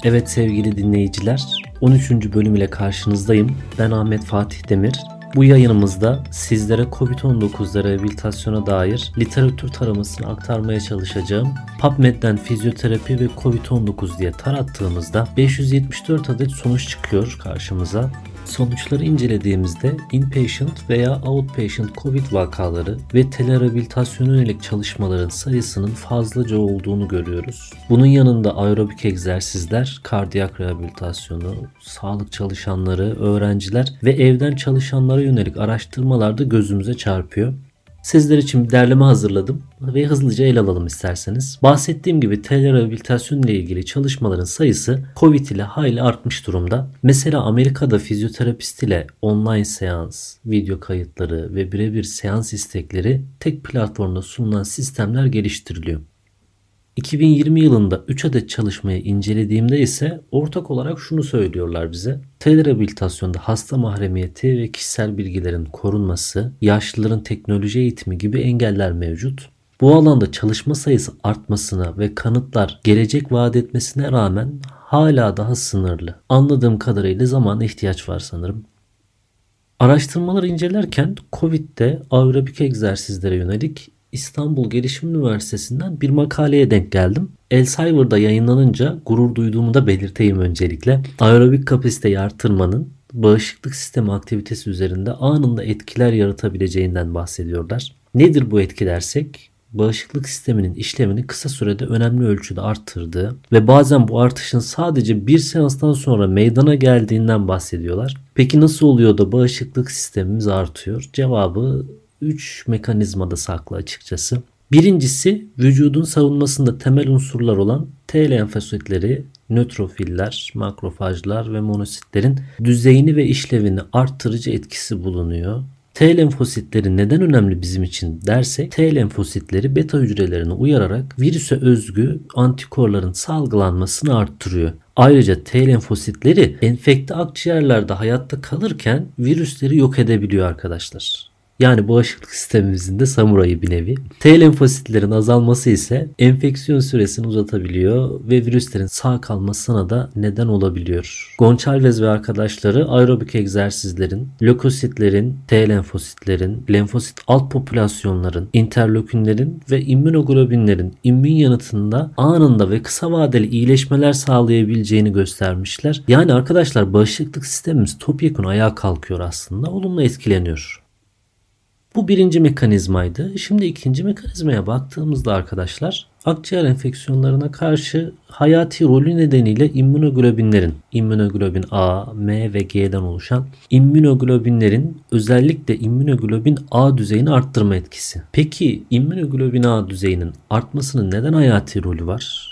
Evet sevgili dinleyiciler, 13. bölüm ile karşınızdayım. Ben Ahmet Fatih Demir. Bu yayınımızda sizlere COVID-19'da rehabilitasyona dair literatür taramasını aktarmaya çalışacağım. PubMed'den fizyoterapi ve COVID-19 diye tarattığımızda 574 adet sonuç çıkıyor karşımıza. Sonuçları incelediğimizde inpatient veya outpatient COVID vakaları ve telerehabilitasyona yönelik çalışmaların sayısının fazlaca olduğunu görüyoruz. Bunun yanında aerobik egzersizler, kardiyak rehabilitasyonu, sağlık çalışanları, öğrenciler ve evden çalışanlara yönelik araştırmalar da gözümüze çarpıyor. Sizler için bir derleme hazırladım ve hızlıca ele alalım isterseniz. Bahsettiğim gibi telerehabilitasyon ile ilgili çalışmaların sayısı Covid ile hayli artmış durumda. Mesela Amerika'da fizyoterapist ile online seans, video kayıtları ve birebir seans istekleri tek platformda sunulan sistemler geliştiriliyor. 2020 yılında 3 adet çalışmayı incelediğimde ise ortak olarak şunu söylüyorlar bize. Telerehabilitasyonda hasta mahremiyeti ve kişisel bilgilerin korunması, yaşlıların teknoloji eğitimi gibi engeller mevcut. Bu alanda çalışma sayısı artmasına ve kanıtlar gelecek vaat etmesine rağmen hala daha sınırlı. Anladığım kadarıyla zamana ihtiyaç var sanırım. Araştırmaları incelerken Covid'de aerobik egzersizlere yönelik İstanbul Gelişim Üniversitesi'nden bir makaleye denk geldim. Elsevier'da yayınlanınca gurur duyduğumu da belirteyim öncelikle. Aerobik kapasiteyi artırmanın bağışıklık sistemi aktivitesi üzerinde anında etkiler yaratabileceğinden bahsediyorlar. Nedir bu etki dersek? Bağışıklık sisteminin işlevini kısa sürede önemli ölçüde arttırdığı ve bazen bu artışın sadece bir seanstan sonra meydana geldiğinden bahsediyorlar. Peki nasıl oluyor da bağışıklık sistemimiz artıyor? Cevabı 3 mekanizmada saklı açıkçası. Birincisi vücudun savunmasında temel unsurlar olan T lenfositleri, nötrofiller, makrofajlar ve monositlerin düzeyini ve işlevini arttırıcı etkisi bulunuyor. T lenfositleri neden önemli bizim için dersek, T lenfositleri beta hücrelerine uyararak virüse özgü antikorların salgılanmasını arttırıyor. Ayrıca T lenfositleri enfekte akciğerlerde hayatta kalırken virüsleri yok edebiliyor arkadaşlar. Yani bağışıklık sistemimizin de samurayı bir nevi. T lenfositlerin azalması ise enfeksiyon süresini uzatabiliyor ve virüslerin sağ kalmasına da neden olabiliyor. Gonçalves ve arkadaşları aerobik egzersizlerin, lökositlerin, T lenfositlerin, lenfosit alt popülasyonların, interleukinlerin ve immünoglobinlerin immün yanıtında anında ve kısa vadeli iyileşmeler sağlayabileceğini göstermişler. Yani arkadaşlar bağışıklık sistemimiz topyekun ayağa kalkıyor aslında, olumlu etkileniyor. Bu birinci mekanizmaydı. Şimdi ikinci mekanizmaya baktığımızda arkadaşlar akciğer enfeksiyonlarına karşı hayati rolü nedeniyle immünoglobin A, M ve G'den oluşan immünoglobinlerin özellikle immünoglobin A düzeyini arttırma etkisi. Peki immünoglobin A düzeyinin artmasının neden hayati rolü var?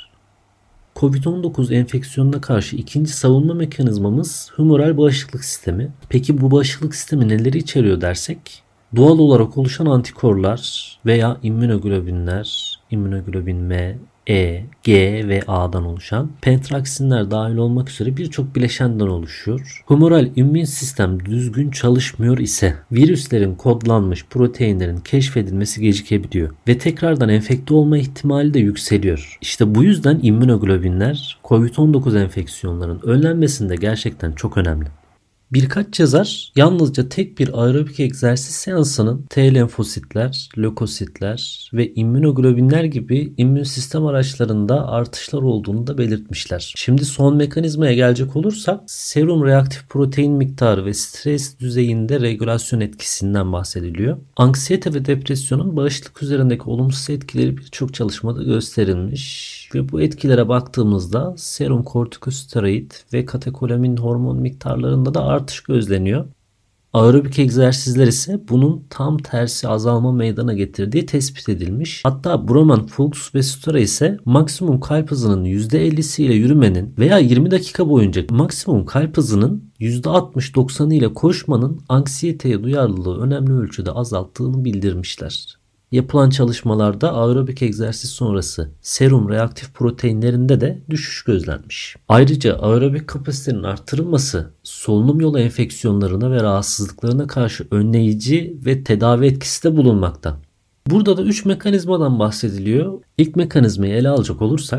Covid-19 enfeksiyonuna karşı ikinci savunma mekanizmamız humoral bağışıklık sistemi. Peki bu bağışıklık sistemi neleri içeriyor dersek? Doğal olarak oluşan antikorlar veya immünoglobinler, immünoglobin M, E, G ve A'dan oluşan pentraksinler dahil olmak üzere birçok bileşenden oluşuyor. Humoral immün sistem düzgün çalışmıyor ise virüslerin kodlanmış proteinlerin keşfedilmesi gecikebiliyor ve tekrardan enfekte olma ihtimali de yükseliyor. İşte bu yüzden immünoglobinler COVID-19 enfeksiyonlarının önlenmesinde gerçekten çok önemli. Birkaç yazar yalnızca tek bir aerobik egzersiz seansının T lenfositler, lökositler ve immünoglobinler gibi immün sistem araçlarında artışlar olduğunu da belirtmişler. Şimdi son mekanizmaya gelecek olursak serum reaktif protein miktarı ve stres düzeyinde regülasyon etkisinden bahsediliyor. Anksiyete ve depresyonun bağışıklık üzerindeki olumsuz etkileri birçok çalışmada gösterilmiş. Ve bu etkilere baktığımızda serum kortikosteroid ve katekolamin hormon miktarlarında da artış gözleniyor. Aerobik egzersizler ise bunun tam tersi azalma meydana getirdiği tespit edilmiş. Hatta Broman, Fuchs ve Stora ise maksimum kalp hızının %50'si ile yürümenin veya 20 dakika boyunca maksimum kalp hızının %60-90'ı ile koşmanın anksiyeteye duyarlılığı önemli ölçüde azalttığını bildirmişler. Yapılan çalışmalarda aerobik egzersiz sonrası serum reaktif proteinlerinde de düşüş gözlenmiş. Ayrıca aerobik kapasitenin artırılması solunum yolu enfeksiyonlarına ve rahatsızlıklarına karşı önleyici ve tedavi etkisi de bulunmakta. Burada da 3 mekanizmadan bahsediliyor. İlk mekanizmayı ele alacak olursak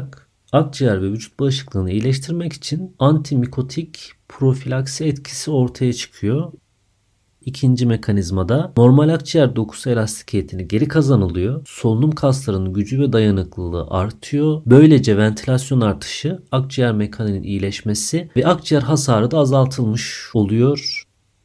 akciğer ve vücut bağışıklığını iyileştirmek için antimikotik profilaksi etkisi ortaya çıkıyor. İkinci mekanizmada normal akciğer dokusu elastikiyetini geri kazanılıyor. Solunum kaslarının gücü ve dayanıklılığı artıyor. Böylece ventilasyon artışı, akciğer mekaniğinin iyileşmesi ve akciğer hasarı da azaltılmış oluyor.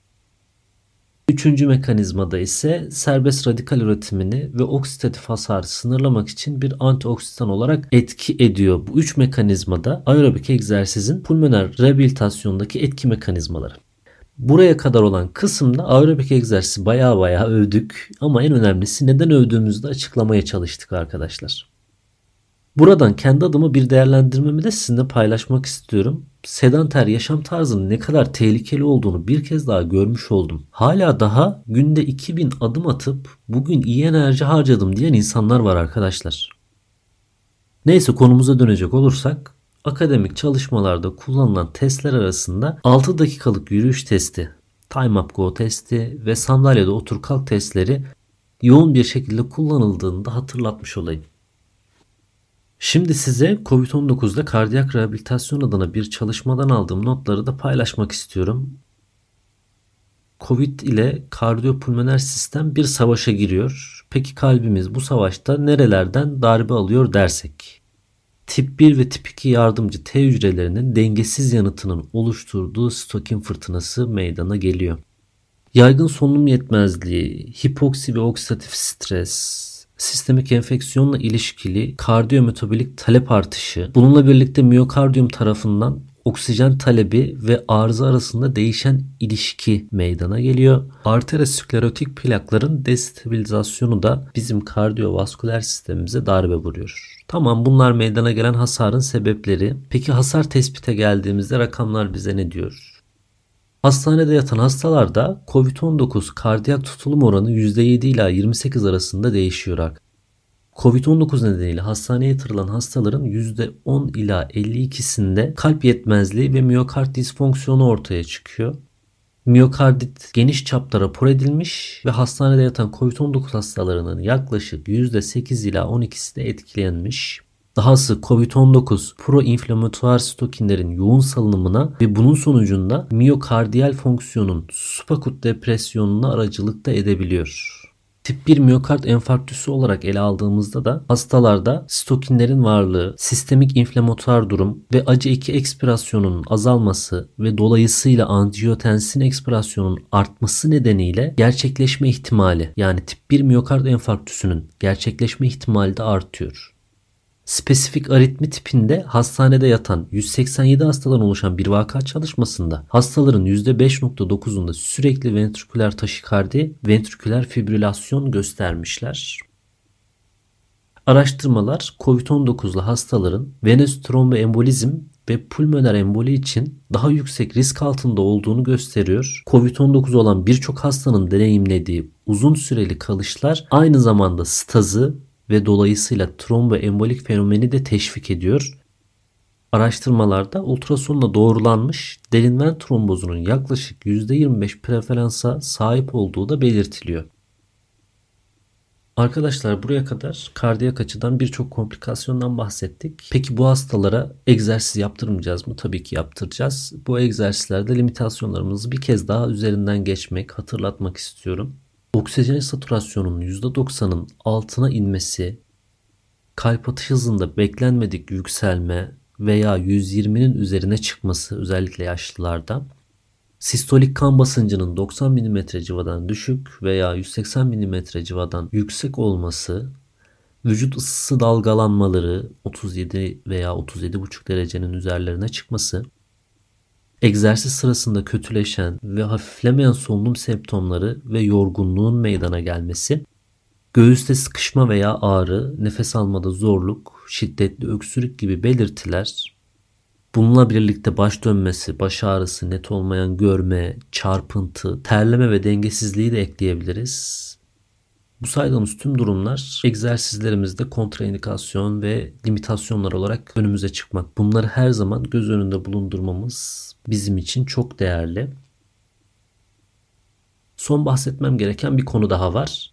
Üçüncü mekanizmada ise serbest radikal üretimini ve oksidatif hasarı sınırlamak için bir antioksidan olarak etki ediyor. Bu üç mekanizmada aerobik egzersizin pulmoner rehabilitasyondaki etki mekanizmaları. Buraya kadar olan kısımda aerobik egzersizi baya övdük ama en önemlisi neden övdüğümüzü de açıklamaya çalıştık arkadaşlar. Buradan kendi adıma bir değerlendirmemi de sizinle paylaşmak istiyorum. Sedanter yaşam tarzının ne kadar tehlikeli olduğunu bir kez daha görmüş oldum. Hala daha günde 2000 adım atıp bugün iyi enerji harcadım diyen insanlar var arkadaşlar. Neyse konumuza dönecek olursak, akademik çalışmalarda kullanılan testler arasında 6 dakikalık yürüyüş testi, Time Up Go testi ve sandalyede otur kalk testleri yoğun bir şekilde kullanıldığını da hatırlatmış olayım. Şimdi size COVID-19'da kardiyak rehabilitasyon adına bir çalışmadan aldığım notları da paylaşmak istiyorum. Covid ile kardiyopulmoner sistem bir savaşa giriyor. Peki kalbimiz bu savaşta nerelerden darbe alıyor dersek? Tip 1 ve tip 2 yardımcı T hücrelerinin dengesiz yanıtının oluşturduğu stokin fırtınası meydana geliyor. Yaygın solunum yetmezliği, hipoksi ve oksidatif stres, sistemik enfeksiyonla ilişkili kardiyometabolik talep artışı, bununla birlikte miyokardiyum tarafından oksijen talebi ve arıza arasında değişen ilişki meydana geliyor. Arteriosklerotik plakların destabilizasyonu da bizim kardiyovasküler sistemimize darbe vuruyor. Tamam, bunlar meydana gelen hasarın sebepleri. Peki hasar tespite geldiğimizde rakamlar bize ne diyor? Hastanede yatan hastalarda COVID-19 kardiyak tutulum oranı %7 ila 28 arasında değişiyor. COVID-19 nedeniyle hastaneye yatırılan hastaların %10 ila 52'sinde kalp yetmezliği ve miyokard disfonksiyonu ortaya çıkıyor. Miyokardit geniş çapta rapor edilmiş ve hastanede yatan COVID-19 hastalarının yaklaşık %8 ila 12'si de etkilenmiş. Dahası COVID-19 proinflamatuar stokinlerin yoğun salınımına ve bunun sonucunda miyokardiyal fonksiyonun subakut depresyonuna aracılık da edebiliyor. Tip 1 miyokard enfarktüsü olarak ele aldığımızda da hastalarda stokinlerin varlığı, sistemik inflamatuar durum ve ACE2 ekspirasyonunun azalması ve dolayısıyla anjiyotensin ekspirasyonunun artması nedeniyle gerçekleşme ihtimali, yani tip 1 miyokard enfarktüsünün gerçekleşme ihtimali de artıyor. Spesifik aritmi tipinde hastanede yatan 187 hastadan oluşan bir vaka çalışmasında hastaların %5.9'unda sürekli ventriküler taşikardi, ventriküler fibrilasyon göstermişler. Araştırmalar COVID-19'lu hastaların venöz tromboembolizm ve pulmoner emboli için daha yüksek risk altında olduğunu gösteriyor. COVID-19 olan birçok hastanın deneyimlediği uzun süreli kalışlar aynı zamanda stazı ve dolayısıyla tromboembolik fenomeni de teşvik ediyor. Araştırmalarda ultrasonla doğrulanmış derin ven trombozunun yaklaşık %25 preferansa sahip olduğu da belirtiliyor. Arkadaşlar, buraya kadar kardiyak açıdan birçok komplikasyondan bahsettik. Peki bu hastalara egzersiz yaptırmayacağız mı? Tabii ki yaptıracağız. Bu egzersizlerde limitasyonlarımızı bir kez daha üzerinden geçmek, hatırlatmak istiyorum. Oksijen satürasyonunun %90'ın altına inmesi, kalp atış hızında beklenmedik yükselme veya 120'nin üzerine çıkması, özellikle yaşlılarda, sistolik kan basıncının 90 mm civadan düşük veya 180 mm civadan yüksek olması, vücut ısısı dalgalanmaları 37 veya 37,5 derecenin üzerlerine çıkması, egzersiz sırasında kötüleşen ve hafiflemeyen solunum semptomları ve yorgunluğun meydana gelmesi, göğüste sıkışma veya ağrı, nefes almada zorluk, şiddetli öksürük gibi belirtiler, bununla birlikte baş dönmesi, baş ağrısı, net olmayan görme, çarpıntı, terleme ve dengesizliği de ekleyebiliriz. Bu saydığımız tüm durumlar egzersizlerimizde kontraindikasyon ve limitasyonlar olarak önümüze çıkmak. Bunları her zaman göz önünde bulundurmamız bizim için çok değerli. Son bahsetmem gereken bir konu daha var.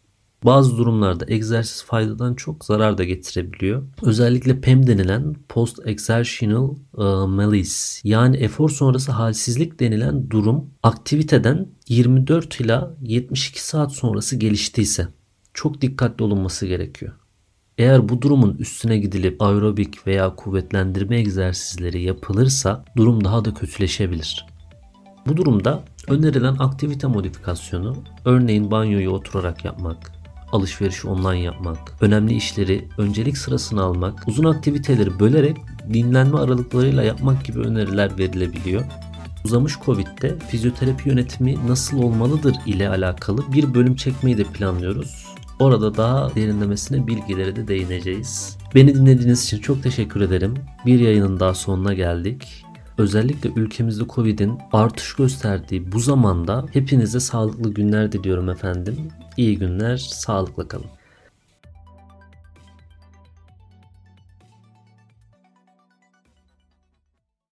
Bazı durumlarda egzersiz faydadan çok zarar da getirebiliyor. Özellikle PEM denilen Post Exertional Malaise, yani efor sonrası halsizlik denilen durum aktiviteden 24 ila 72 saat sonrası geliştiyse çok dikkatli olunması gerekiyor. Eğer bu durumun üstüne gidilip aerobik veya kuvvetlendirme egzersizleri yapılırsa durum daha da kötüleşebilir. Bu durumda önerilen aktivite modifikasyonu, örneğin banyoyu oturarak yapmak, alışverişi online yapmak, önemli işleri öncelik sırasına almak, uzun aktiviteleri bölerek dinlenme aralıklarıyla yapmak gibi öneriler verilebiliyor. Uzamış Covid'de fizyoterapi yönetimi nasıl olmalıdır ile alakalı bir bölüm çekmeyi de planlıyoruz. Orada daha derinlemesine bilgilere de değineceğiz. Beni dinlediğiniz için çok teşekkür ederim. Bir yayının daha sonuna geldik. Özellikle ülkemizde Covid'in artış gösterdiği bu zamanda hepinize sağlıklı günler diliyorum efendim. İyi günler, sağlıkla kalın.